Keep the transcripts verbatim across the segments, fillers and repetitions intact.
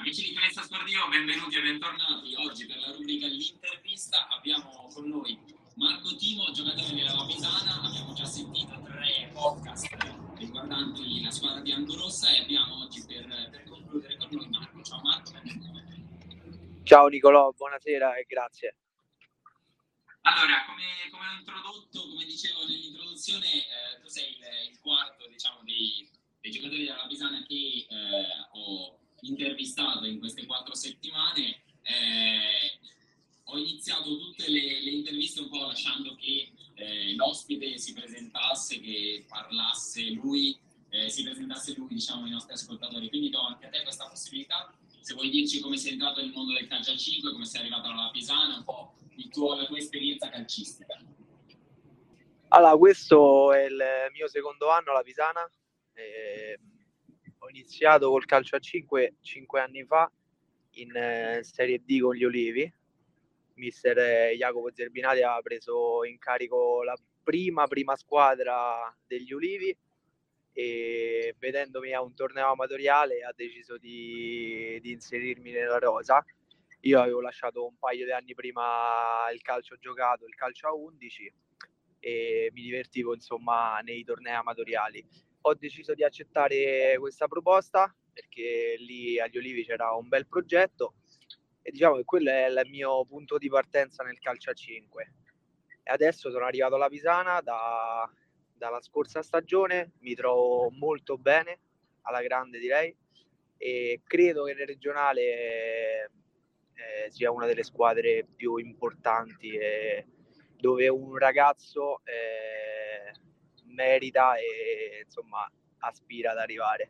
Amici di Cresta Sportivo, benvenuti e bentornati. Oggi per la rubrica L'intervista abbiamo con noi Marco Timo, giocatore della Lapisana. Abbiamo già sentito tre podcast riguardanti la squadra biancorossa e abbiamo oggi per, per concludere con noi Marco. Ciao Marco, benvenuto. Ciao Nicolò, buonasera e grazie. Allora, come, come ho introdotto, come dicevo nell'introduzione, eh, tu sei il, il quarto, diciamo, dei, dei giocatori della Lapisana che eh, ho intervistato in queste quattro settimane. Eh, ho iniziato tutte le, le interviste un po' lasciando che eh, l'ospite si presentasse, che parlasse lui, eh, si presentasse lui, diciamo, ai nostri ascoltatori. Quindi do anche a te questa possibilità. Se vuoi dirci come sei entrato nel mondo del calcio a cinque, come sei arrivato alla Lapisana, un po' il tuo, la tua esperienza calcistica. Allora, questo è il mio secondo anno alla Pisana. Eh, ho iniziato col calcio a cinque cinque anni fa in eh, Serie D con gli Olivi. Mister eh, Jacopo Zerbinati aveva preso in carico la prima prima squadra degli Olivi e vedendomi a un torneo amatoriale ha deciso di, di inserirmi nella rosa. Io avevo lasciato un paio di anni prima il calcio giocato, il calcio a undici, e mi divertivo insomma nei tornei amatoriali. Ho deciso di accettare questa proposta perché lì agli Olivi c'era un bel progetto e diciamo che quello è il mio punto di partenza nel calcio a cinque. E adesso sono arrivato alla Pisana da, dalla scorsa stagione, mi trovo molto bene, alla grande direi, e credo che nel regionale eh, sia una delle squadre più importanti e dove un ragazzo eh, merita e insomma aspira ad arrivare.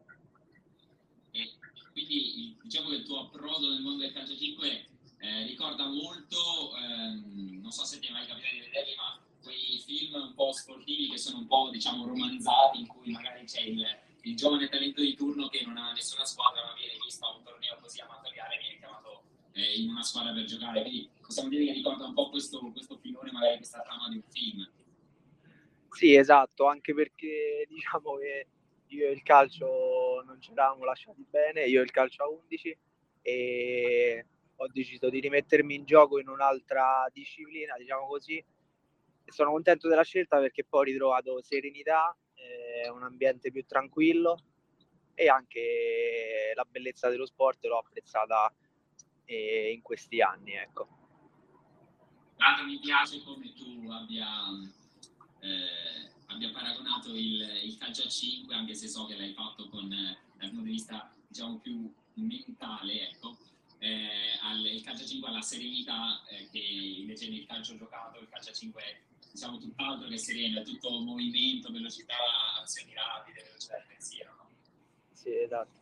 E quindi diciamo che il tuo approdo nel mondo del calcio a cinque eh, ricorda molto, ehm, non so se ti è mai capitato di vederli, ma quei film un po' sportivi che sono un po', diciamo, romanzati, in cui magari c'è il, il giovane talento di turno che non ha nessuna squadra, ma viene visto a un torneo così amatoriale e viene chiamato eh, in una squadra per giocare. Quindi possiamo dire che ricorda un po' questo, questo filone, magari questa trama di un film. Sì, esatto, anche perché diciamo che io e il calcio non ci eravamo lasciati bene, io e il calcio a undici, e ho deciso di rimettermi in gioco in un'altra disciplina, diciamo così, e sono contento della scelta perché poi ho ritrovato serenità, eh, un ambiente più tranquillo e anche la bellezza dello sport l'ho apprezzata eh, in questi anni, ecco. Tanto mi piace come tu abbia, eh, abbia paragonato il, il calcio a cinque, anche se so che l'hai fatto con, eh, dal punto di vista diciamo più mentale, ecco, eh, al, il calcio a cinque alla serenità eh, che invece nel calcio giocato, il calcio a cinque è diciamo tutt'altro che sereno, è tutto movimento, velocità, azioni rapide, velocità del pensiero, no? Sì, esatto.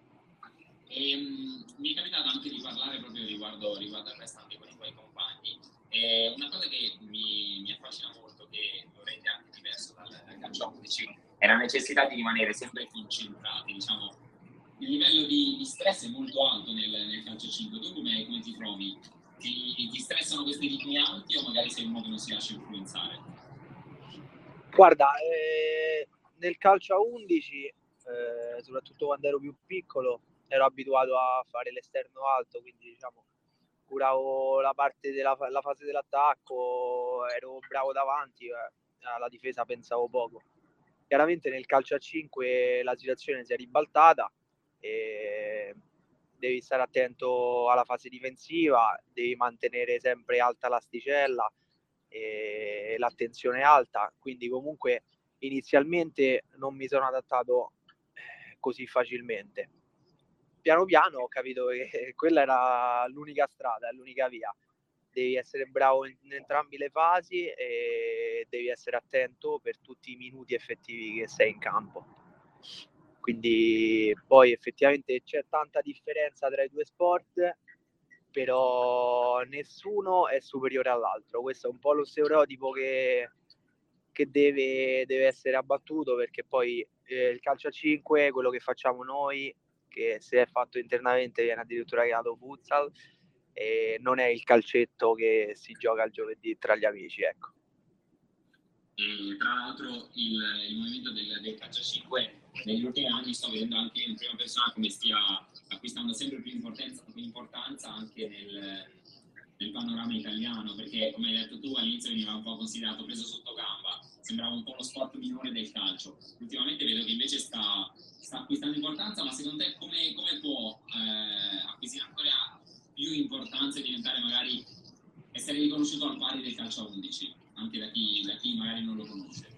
E, um, mi è capitato anche di parlare proprio riguardo, riguardo a questo anche con i tuoi compagni. E una cosa che mi, mi affascina molto, che lo rende anche diverso dal, dal calcio a undici, è la necessità di rimanere sempre concentrati. Diciamo, il livello di, di stress è molto alto nel, nel calcio a cinque. Tu come, come ti trovi? Ti, ti stressano questi ritmi alti o magari sei uno che non si lascia influenzare? Guarda, eh, nel calcio a undici, eh, soprattutto quando ero più piccolo, ero abituato a fare l'esterno alto, quindi diciamo curavo la parte della la fase dell'attacco, ero bravo davanti, eh, alla difesa pensavo poco. Chiaramente nel calcio a cinque la situazione si è ribaltata e devi stare attento alla fase difensiva, devi mantenere sempre alta l'asticella e l'attenzione alta, quindi comunque inizialmente non mi sono adattato così facilmente. Piano piano ho capito che quella era l'unica strada, l'unica via. Devi essere bravo in, in entrambe le fasi e devi essere attento per tutti i minuti effettivi che sei in campo. Quindi poi effettivamente c'è tanta differenza tra i due sport, però nessuno è superiore all'altro. Questo è un po' lo stereotipo che, che deve, deve essere abbattuto, perché poi eh, il calcio a cinque, quello che facciamo noi, che se è fatto internamente viene addirittura chiamato futsal, e non è il calcetto che si gioca il giovedì tra gli amici, ecco. E tra l'altro il, il movimento del, del calcio a cinque negli ultimi anni sto vedendo anche in prima persona come stia acquistando sempre più importanza, più importanza anche nel, nel panorama italiano, perché come hai detto tu all'inizio veniva un po' considerato preso sotto gamba, sembrava un po' lo sport minore del calcio. Ultimamente vedo che invece sta, sta acquistando importanza, ma secondo te come, come può eh, acquisire ancora più importanza e diventare magari, essere riconosciuto al pari del calcio a undici, anche da chi, da chi magari non lo conosce?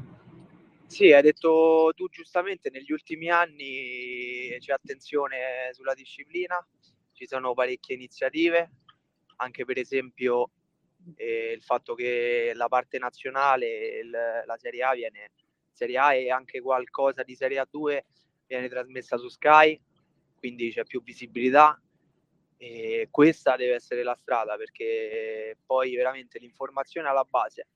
Sì, hai detto tu giustamente, negli ultimi anni c'è attenzione sulla disciplina, ci sono parecchie iniziative, anche per esempio eh, il fatto che la parte nazionale, il, la Serie A viene, Serie A e anche qualcosa di Serie A due viene trasmessa su Sky, quindi c'è più visibilità e questa deve essere la strada, perché poi veramente l'informazione alla base.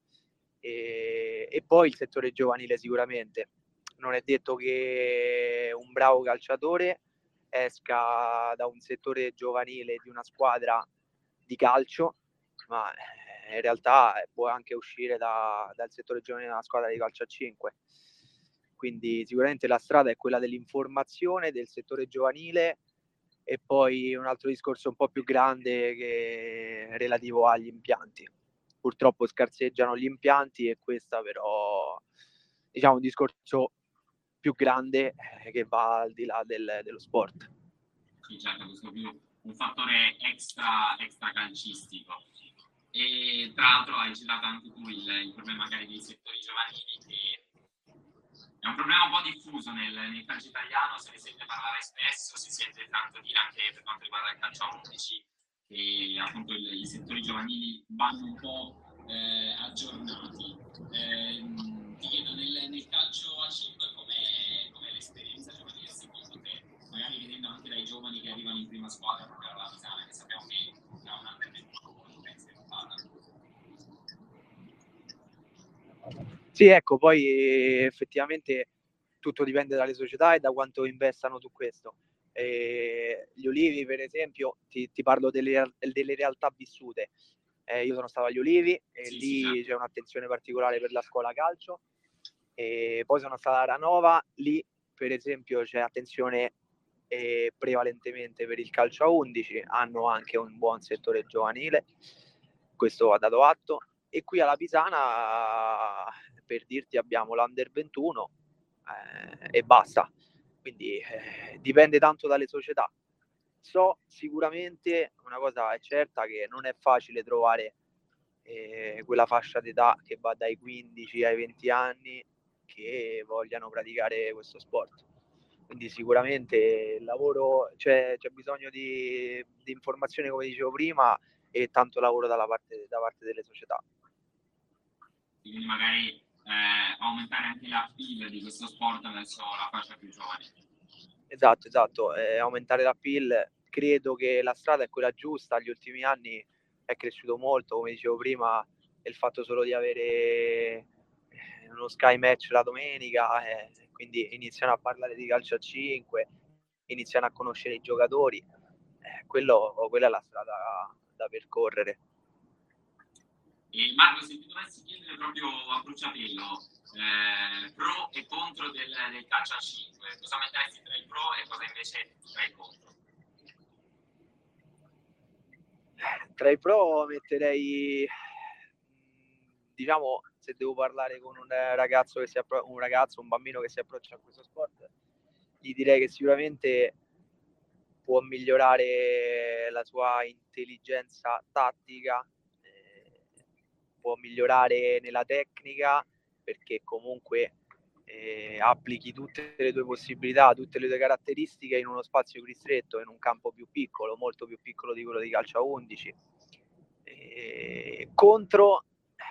E, e poi il settore giovanile sicuramente. Non è detto che un bravo calciatore esca da un settore giovanile di una squadra di calcio, ma in realtà può anche uscire da, dal settore giovanile di una squadra di calcio a cinque. Quindi sicuramente la strada è quella dell'informazione del settore giovanile, e poi un altro discorso un po' più grande che è relativo agli impianti. Purtroppo scarseggiano gli impianti e questa però diciamo un discorso più grande che va al di là del, dello sport. Sì, certo, questo è più un fattore extra, extra calcistico. E tra l'altro hai citato anche tu il, il problema magari dei settori giovanili, che è un problema un po' diffuso nel, nel calcio italiano, se ne sente parlare spesso, si sente tanto dire anche per quanto riguarda il calcio a undici, che appunto il, i settori giovanili vanno un po' eh, aggiornati. Eh, ti chiedo, nel, nel calcio a cinque com'è, com'è l'esperienza giovanile secondo te? Magari vedendo anche dai giovani che arrivano in prima squadra proprio alla Pisana, che sappiamo che ha un under ventuno, penso che non vada. Sì, ecco, poi effettivamente tutto dipende dalle società e da quanto investano su questo. Eh, gli Ulivi, per esempio, ti, ti parlo delle, delle realtà vissute. Eh, io sono stato agli Ulivi e Sì, lì sì, certo. c'è un'attenzione particolare per la scuola calcio. E poi sono stato a Ranova, lì per esempio c'è attenzione eh, prevalentemente per il calcio a undici, hanno anche un buon settore giovanile, questo va dato atto. E qui alla Pisana, per dirti, abbiamo l'Under ventuno eh, e basta. Quindi eh, dipende tanto dalle società. So sicuramente, una cosa è certa, che non è facile trovare eh, quella fascia d'età che va dai quindici ai venti anni che vogliano praticare questo sport. Quindi sicuramente il lavoro, c'è, c'è bisogno di, di informazione, come dicevo prima, e tanto lavoro dalla parte, da parte delle società. Quindi magari eh, aumentare anche l'appeal di questo sport verso la fascia più giovane. Esatto, esatto, eh, aumentare l'appeal. Credo che la strada è quella giusta, negli ultimi anni è cresciuto molto, come dicevo prima, il fatto solo di avere uno Sky Match la domenica, eh, quindi iniziano a parlare di calcio a cinque, iniziano a conoscere i giocatori, eh, quello, quella è la strada da percorrere. E Marco, se ti dovessi chiedere proprio a bruciapelo, eh, pro e contro del, del calcio a cinque, cosa metteresti tra i pro e cosa invece tra i contro? Tra i pro metterei, diciamo, se devo parlare con un ragazzo che si appro- un ragazzo, un bambino che si approccia a questo sport, gli direi che sicuramente può migliorare la sua intelligenza tattica, eh, può migliorare nella tecnica, perché comunque eh, applichi tutte le tue possibilità, tutte le tue caratteristiche in uno spazio più ristretto, in un campo più piccolo, molto più piccolo di quello di calcio a undici. Eh, contro,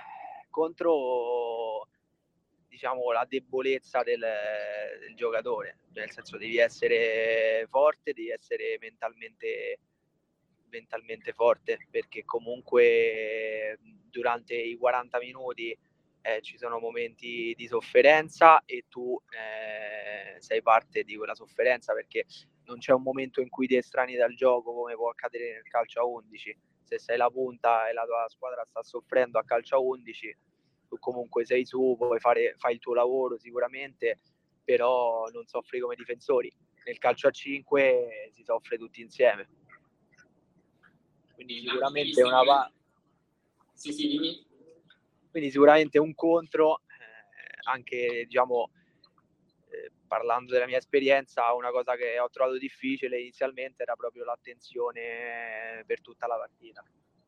contro diciamo la debolezza del, del giocatore, nel senso devi essere forte, devi essere mentalmente mentalmente forte, perché comunque durante i quaranta minuti eh, ci sono momenti di sofferenza e tu eh, sei parte di quella sofferenza, perché non c'è un momento in cui ti estranei dal gioco come può accadere nel calcio a undici. Se sei la punta e la tua squadra sta soffrendo a calcio a undici, tu comunque sei su, puoi fare, fai il tuo lavoro sicuramente, però non soffri come difensori. nel calcio a cinque si soffre tutti insieme. Quindi sicuramente una pa- sì, sì, dimmi. Quindi sicuramente un contro, eh, anche diciamo eh, parlando della mia esperienza, una cosa che ho trovato difficile inizialmente era proprio l'attenzione per tutta la partita.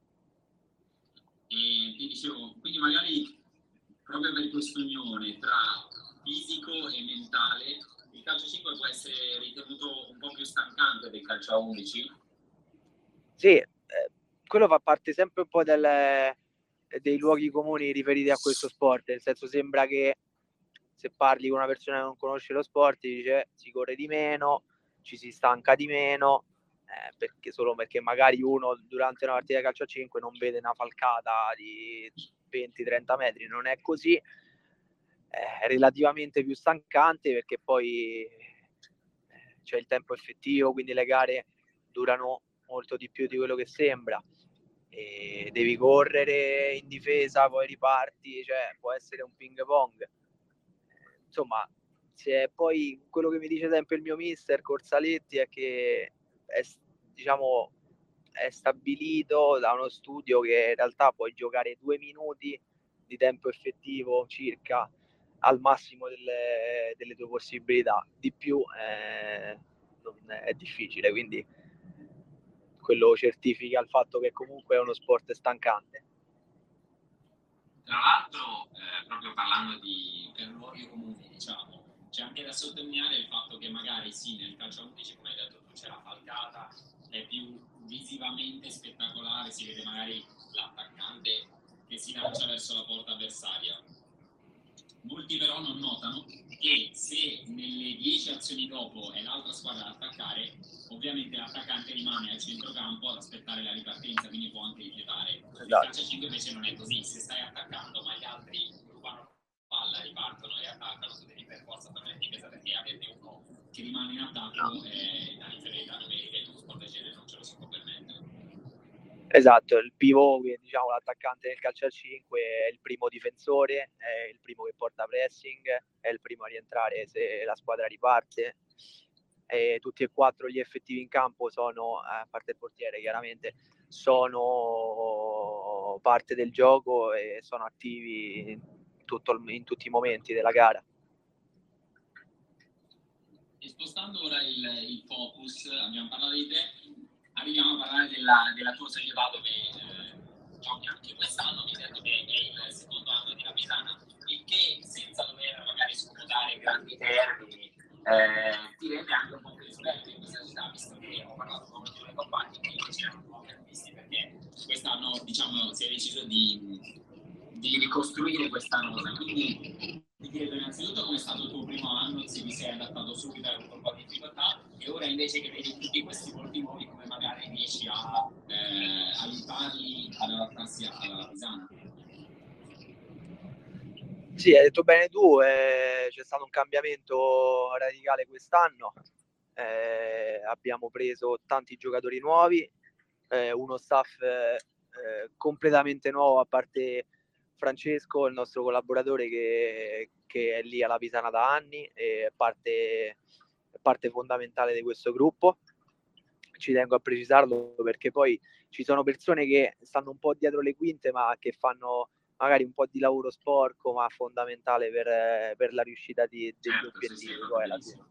E ti dicevo, quindi magari proprio per questa unione tra fisico e mentale, il calcio a cinque può essere ritenuto un po' più stancante del calcio a undici? Sì, eh, quello fa parte sempre un po' del, dei luoghi comuni riferiti a questo sport, nel senso sembra che se parli con una persona che non conosce lo sport ti dice si corre di meno, ci si stanca di meno, eh, perché solo perché magari uno durante una partita di calcio a cinque non vede una falcata di venti trenta metri, non è così, è relativamente più stancante perché poi c'è il tempo effettivo, quindi le gare durano molto di più di quello che sembra, e devi correre in difesa, poi riparti, cioè può essere un ping pong. Insomma, se poi quello che mi dice sempre il mio mister Corsaletti è che è, diciamo, è stabilito da uno studio che in realtà puoi giocare due minuti di tempo effettivo circa al massimo delle, delle tue possibilità, di più eh, non è difficile, quindi quello certifica il fatto che comunque è uno sport stancante. Tra l'altro, eh, proprio parlando di per luoghi comuni, diciamo, c'è anche da sottolineare il fatto che magari sì, nel calcio a undici, come hai detto tu, c'è la falcata, è più visivamente spettacolare, si vede magari l'attaccante che si lancia verso la porta avversaria. Molti però non notano che se nelle dieci azioni dopo è l'altra squadra ad attaccare, ovviamente l'attaccante rimane al centrocampo ad aspettare la ripartenza, quindi può anche rifiutare. Esatto. Nel calcio a cinque invece non è così, se stai attaccando ma gli altri rubano palla, ripartono e attaccano, tu devi per forza fare una difesa perché avete uno che rimane in attacco e da inferiorità numerica in uno sport del genere non ce lo si può permettere. Esatto, il pivot, diciamo l'attaccante del calcio a cinque è il primo difensore, è il primo che porta pressing, è il primo a rientrare se la squadra riparte. E tutti e quattro gli effettivi in campo sono, a parte il portiere chiaramente, sono parte del gioco e sono attivi in, tutto, in tutti i momenti della gara. E spostando ora il, il focus, abbiamo parlato di te, arriviamo a parlare della, della tua società dove eh, giochi anche quest'anno, mi hai detto che è il secondo anno di La Pisana, il che senza dover magari scomodare grandi termini eh, ti rende anche un po' più esperto in questa società, visto che ho parlato con molti tuoi compagni che invece erano nuovi acquisti perché quest'anno diciamo si è deciso di, di ricostruire questa rosa, quindi ti chiedo innanzitutto come è stato il tuo primo anno, se ti sei adattato subito, hai avuto un po' di difficoltà, e ora invece che vedi tutti questi volti nuovi, come magari riesci a eh, aiutarli ad adattarsi alla Pisana? Sì, hai detto bene tu, eh, c'è stato un cambiamento radicale quest'anno, eh, abbiamo preso tanti giocatori nuovi, eh, uno staff eh, completamente nuovo, a parte Francesco, il nostro collaboratore che, che è lì alla Pisana da anni e è parte, parte fondamentale di questo gruppo. Ci tengo a precisarlo perché poi ci sono persone che stanno un po' dietro le quinte ma che fanno magari un po' di lavoro sporco ma fondamentale per, per la riuscita di, degli certo, obiettivi. sì, sì, poi alla fine.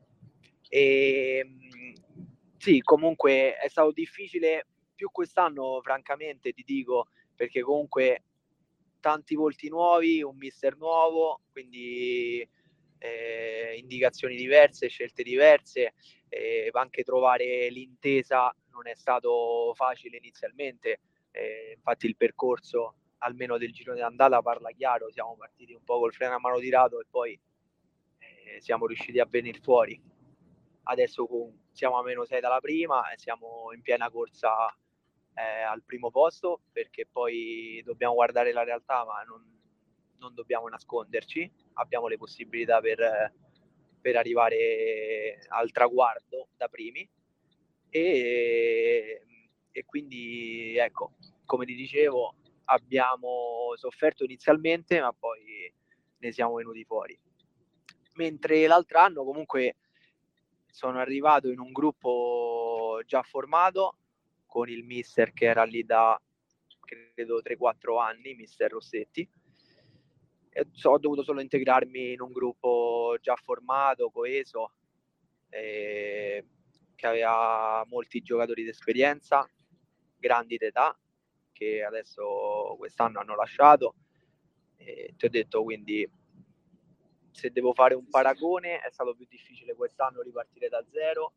E, sì, comunque è stato difficile più quest'anno, francamente, ti dico, perché comunque tanti volti nuovi, un mister nuovo, quindi eh, indicazioni diverse, scelte diverse, eh, anche trovare l'intesa non è stato facile inizialmente, eh, infatti il percorso almeno del giro di andata parla chiaro, siamo partiti un po' col freno a mano tirato e poi eh, siamo riusciti a venire fuori. Adesso siamo a meno sei dalla prima e siamo in piena corsa eh, al primo posto, perché poi dobbiamo guardare la realtà ma non, non dobbiamo nasconderci, abbiamo le possibilità per, per arrivare al traguardo da primi e, e quindi ecco, come ti dicevo, abbiamo sofferto inizialmente ma poi ne siamo venuti fuori, mentre l'altro anno comunque sono arrivato in un gruppo già formato con il mister che era lì da credo tre quattro anni, mister Rossetti, e so, ho dovuto solo integrarmi in un gruppo già formato, coeso, eh, che aveva molti giocatori di esperienza, grandi d'età, che adesso quest'anno hanno lasciato. E ti ho detto, quindi se devo fare un paragone è stato più difficile quest'anno ripartire da zero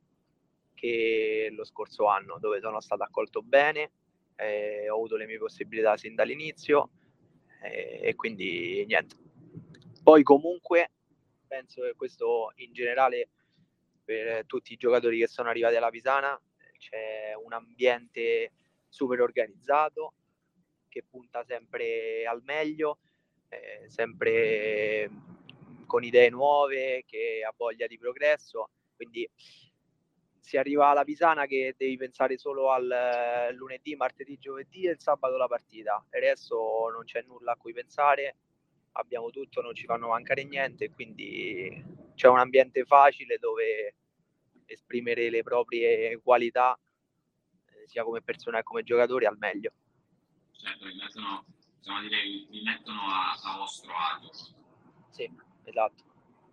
che lo scorso anno, dove sono stato accolto bene, eh, ho avuto le mie possibilità sin dall'inizio, eh, e quindi niente. Poi comunque penso che questo in generale per tutti i giocatori che sono arrivati alla Pisana c'è un ambiente super organizzato che punta sempre al meglio, eh, sempre con idee nuove, che ha voglia di progresso, quindi si arriva alla Pisana che devi pensare solo al lunedì, martedì, giovedì e il sabato la partita, e adesso non c'è nulla a cui pensare, abbiamo tutto, non ci fanno mancare niente, quindi c'è un ambiente facile dove esprimere le proprie qualità, eh, sia come persona che come giocatore, al meglio. Certo, vi mettono, possiamo dire, vi mettono a, a vostro agio. Sì, esatto.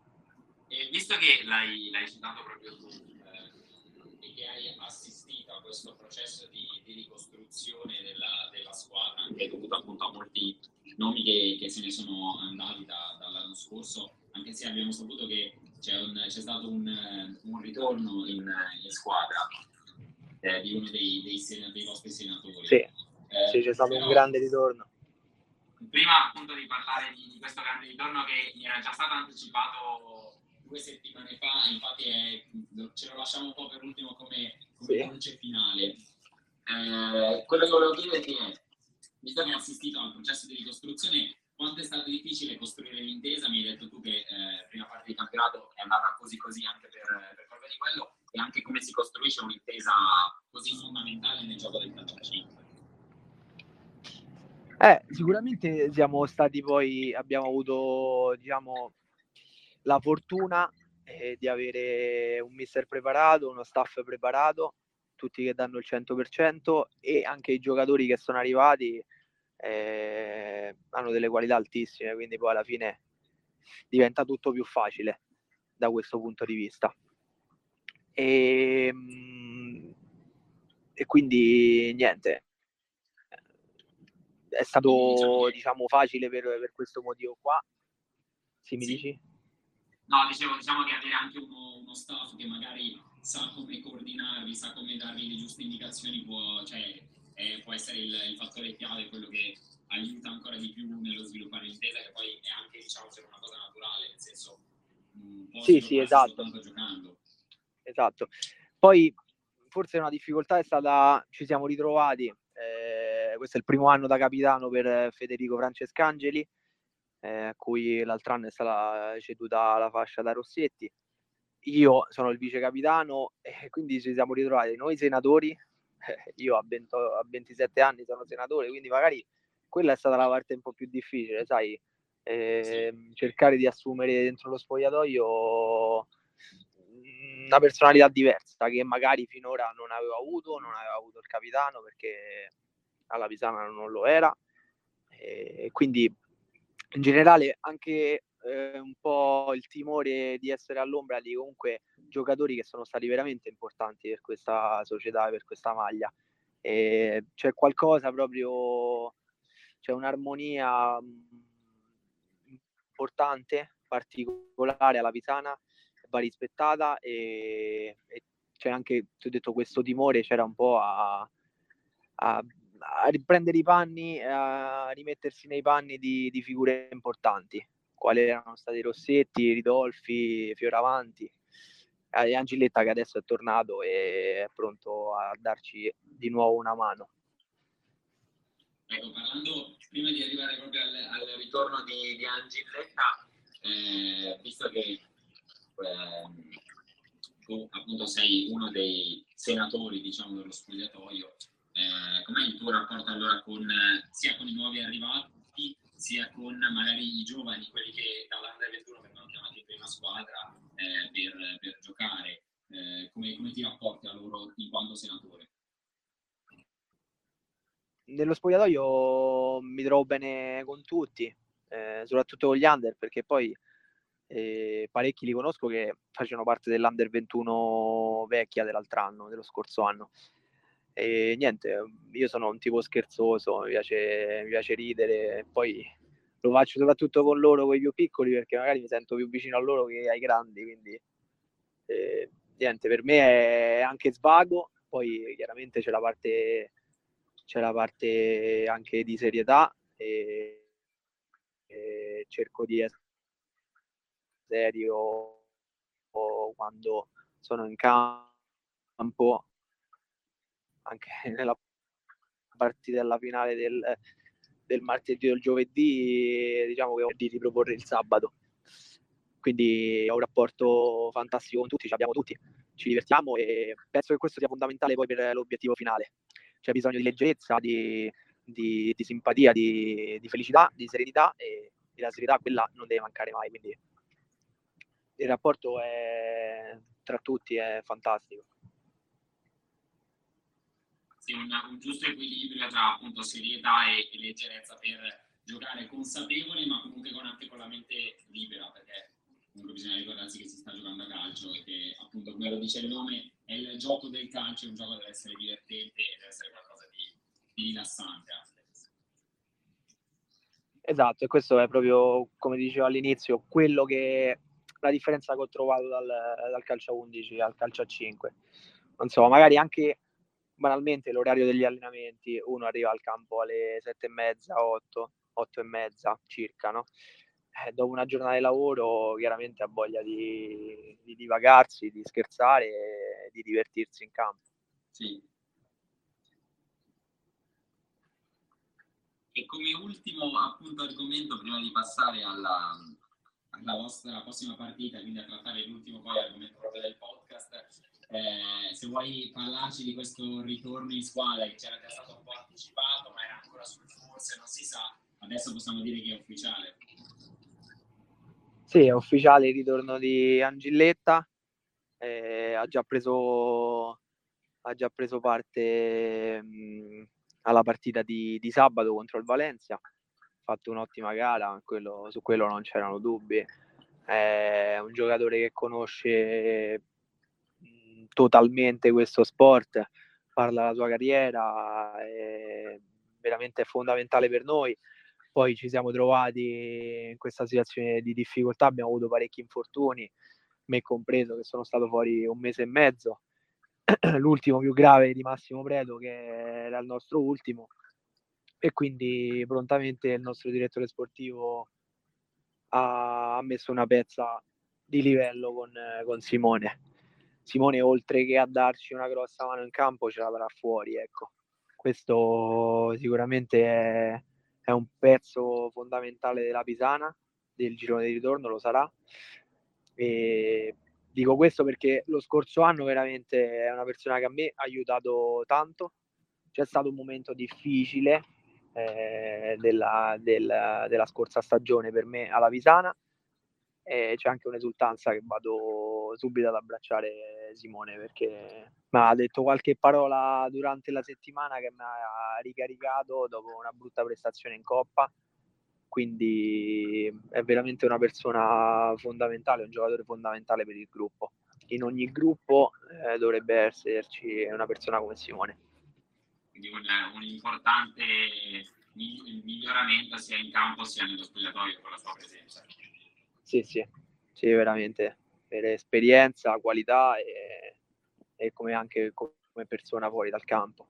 E visto che l'hai, l'hai citato proprio tu, eh, e che hai assistito a questo processo di, di ricostruzione della, della squadra, anche dovuto appunto a molti nomi che, che se ne sono andati da, dall'anno scorso, anche se abbiamo saputo che c'è, un, c'è stato un, un ritorno in, in squadra eh, di uno dei, dei, sen- dei vostri senatori. Sì, eh, sì, c'è stato però, un grande ritorno. Prima appunto di parlare di, di questo grande ritorno che mi era già stato anticipato due settimane fa, infatti è, ce lo lasciamo un po' per ultimo come, come Sì. dolce finale. Eh, quello che volevo chiederti è, visto che hai assistito al processo di ricostruzione, quanto è stato difficile costruire l'intesa? Mi hai detto tu che eh, prima parte di campionato è andata così così anche per, per colpa di quello, e anche come si costruisce un'intesa così fondamentale nel gioco del calcio a cinque. Eh, sicuramente siamo stati poi, abbiamo avuto, diciamo, la fortuna eh, di avere un mister preparato, uno staff preparato, tutti che danno il cento per cento, e anche i giocatori che sono arrivati eh, hanno delle qualità altissime, quindi poi alla fine diventa tutto più facile da questo punto di vista. E, e quindi niente, è stato diciamo, che... diciamo facile per, per questo motivo qua. Sì, mi sì. dici? No, dicevo, diciamo che avere anche uno, uno staff che magari sa come coordinarvi, sa come darvi le giuste indicazioni, può, cioè, eh, può essere il, il fattore chiave, quello che aiuta ancora di più nello sviluppare l'intesa, che poi è anche, diciamo, c'è una cosa naturale, nel senso, mh, può Sì, sì, esatto. soltanto giocando. Esatto. Poi forse una difficoltà è stata, ci siamo ritrovati, eh, questo è il primo anno da capitano per Federico Francescangeli, eh, a cui l'altro anno è stata ceduta la fascia da Rossetti. Io sono il vice capitano e quindi ci siamo ritrovati noi senatori, eh, io a, venti, a ventisette anni sono senatore, quindi magari quella è stata la parte un po' più difficile, sai, eh, cercare di assumere dentro lo spogliatoio una personalità diversa che magari finora non aveva avuto, non aveva avuto il capitano perché alla Pisana non lo era, e quindi in generale anche eh, un po' il timore di essere all'ombra di comunque giocatori che sono stati veramente importanti per questa società, per questa maglia. E c'è qualcosa proprio, c'è un'armonia importante, particolare alla Pisana, va rispettata, e, e c'è anche, ti ho detto, questo timore c'era un po' a, a, a riprendere i panni, a rimettersi nei panni di, di figure importanti, quali erano stati Rossetti, Ridolfi, Fioravanti, e Angiletta che adesso è tornato e è pronto a darci di nuovo una mano. Ecco, parlando, prima di arrivare proprio al, al ritorno di, di Angiletta, eh, visto che eh, tu appunto sei uno dei senatori, diciamo, dello spogliatoio, eh, com'è il tuo rapporto allora con, sia con i nuovi arrivati, sia con magari i giovani, quelli che dall'Under ventuno vengono chiamati in prima squadra eh, per, per giocare? eh, come, come ti rapporti a loro in quanto senatore? Nello spogliatoio mi trovo bene con tutti, eh, soprattutto con gli under, perché poi eh, parecchi li conosco che facevano parte dell'Under ventuno vecchia dell'altro anno, dello scorso anno. E niente, io sono un tipo scherzoso, mi piace, mi piace ridere, poi lo faccio soprattutto con loro, con i più piccoli, perché magari mi sento più vicino a loro che ai grandi, quindi eh, niente, per me è anche svago, poi chiaramente c'è la parte, c'è la parte anche di serietà e, e cerco di essere serio quando sono in campo, anche nella partita della finale del, del martedì o il giovedì, diciamo che ho di riproporre il sabato. Quindi ho un rapporto fantastico con tutti, ci abbiamo tutti, ci divertiamo e penso che questo sia fondamentale poi per l'obiettivo finale. C'è bisogno di leggerezza, di, di, di simpatia, di, di felicità, di serenità e, e la serietà quella non deve mancare mai. Quindi il rapporto è, tra tutti è fantastico. Sì, un, un giusto equilibrio tra appunto serietà e, e leggerezza per giocare consapevole ma comunque con, anche con la mente libera, perché comunque bisogna ricordarsi che si sta giocando a calcio e che appunto come lo dice il nome è il gioco del calcio, è un gioco che deve essere divertente e deve essere qualcosa di, di rilassante anche. Esatto, e questo è proprio, come dicevo all'inizio, quello che la differenza che ho trovato dal, dal calcio a undici al calcio a cinque. Insomma, magari anche banalmente l'orario degli allenamenti, uno arriva al campo alle sette e mezza, otto, otto e mezza circa, no? Eh, dopo una giornata di lavoro chiaramente ha voglia di, di divagarsi, di scherzare e di divertirsi in campo. Sì. E come ultimo appunto argomento, prima di passare alla, alla vostra prossima partita, quindi a trattare l'ultimo poi argomento proprio del podcast, eh, se vuoi parlarci di questo ritorno in squadra che c'era già stato un po' anticipato, ma era ancora sul forse, non si sa, adesso possiamo dire che è ufficiale. Sì, è ufficiale il ritorno di Angilletta, eh, ha già preso ha già preso parte mh, alla partita di, di sabato contro il Valencia, ha fatto un'ottima gara, quello, su quello non c'erano dubbi. È un giocatore che conosce mh, totalmente questo sport, parla la sua carriera, è veramente fondamentale per noi. Poi ci siamo trovati in questa situazione di difficoltà, abbiamo avuto parecchi infortuni, me compreso, che sono stato fuori un mese e mezzo, l'ultimo più grave di Massimo Preto, che era il nostro ultimo, e quindi prontamente il nostro direttore sportivo ha, ha messo una pezza di livello con, con Simone. Simone, oltre che a darci una grossa mano in campo, ce la darà fuori, ecco. Questo sicuramente è, è un pezzo fondamentale della Pisana, del girone di ritorno, lo sarà. E dico questo perché lo scorso anno veramente è una persona che a me ha aiutato tanto. C'è stato un momento difficile eh, della, della, della scorsa stagione per me alla Pisana, e c'è anche un'esultanza che vado subito ad abbracciare Simone, perché mi ha detto qualche parola durante la settimana che mi ha ricaricato dopo una brutta prestazione in Coppa, quindi è veramente una persona fondamentale, un giocatore fondamentale per il gruppo. In ogni gruppo eh, dovrebbe esserci una persona come Simone. Quindi un, un importante miglioramento sia in campo sia nello spogliatoio con la sua presenza. Sì, sì, sì, veramente, per esperienza, qualità e, e come anche come persona fuori dal campo.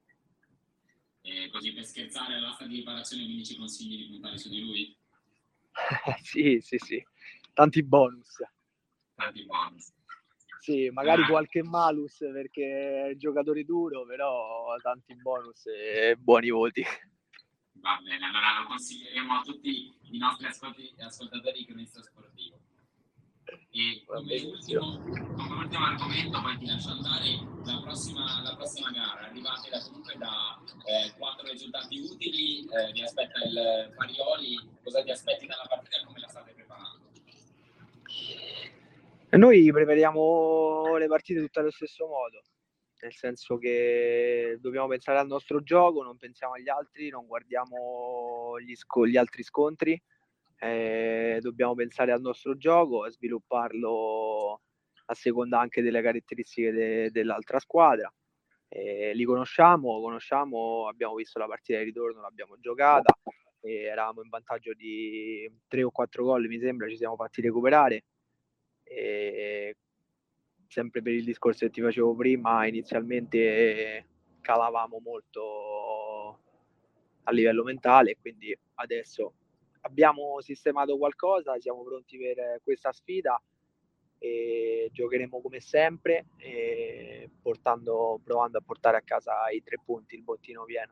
E così per scherzare all'asta di riparazione, quindi ci consigli di puntare su di lui? Sì, sì, sì, tanti bonus. Tanti bonus. Sì, magari qualche malus perché è giocatore duro, però tanti bonus e buoni voti. Va bene, allora lo consiglieremo a tutti i nostri ascolti, ascoltatori di Cronista Sportivo. E come ultimo, come ultimo argomento, poi ti lascio andare, la prossima, la prossima gara, arrivate da, comunque da eh, quattro risultati utili, eh, vi aspetta il Parioli, cosa ti aspetti dalla partita e come la state preparando? Noi prepariamo le partite tutte allo stesso modo, nel senso che dobbiamo pensare al nostro gioco, non pensiamo agli altri, non guardiamo gli, sco- gli altri scontri, eh, dobbiamo pensare al nostro gioco e svilupparlo a seconda anche delle caratteristiche de- dell'altra squadra. Eh, li conosciamo, conosciamo, abbiamo visto la partita di ritorno, l'abbiamo giocata, e eravamo in vantaggio di tre o quattro gol, mi sembra, ci siamo fatti recuperare. E sempre per il discorso che ti facevo prima, inizialmente calavamo molto a livello mentale, quindi adesso abbiamo sistemato qualcosa, siamo pronti per questa sfida e giocheremo come sempre, e portando, provando a portare a casa i tre punti, il bottino pieno.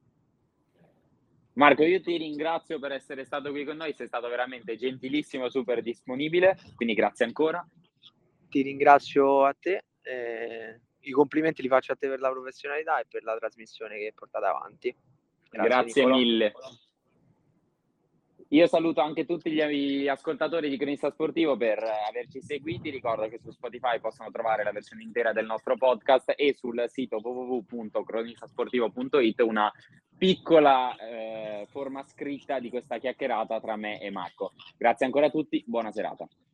Marco, io ti ringrazio per essere stato qui con noi, sei stato veramente gentilissimo, super disponibile, quindi grazie ancora. Ti ringrazio a te, eh, i complimenti li faccio a te per la professionalità e per la trasmissione che portate avanti. Grazie, grazie mille. Io saluto anche tutti gli ascoltatori di Cronista Sportivo per averci seguiti. Ricordo che su Spotify possono trovare la versione intera del nostro podcast e sul sito w w w punto cronistasportivo punto it una piccola eh, forma scritta di questa chiacchierata tra me e Marco. Grazie ancora a tutti, buona serata.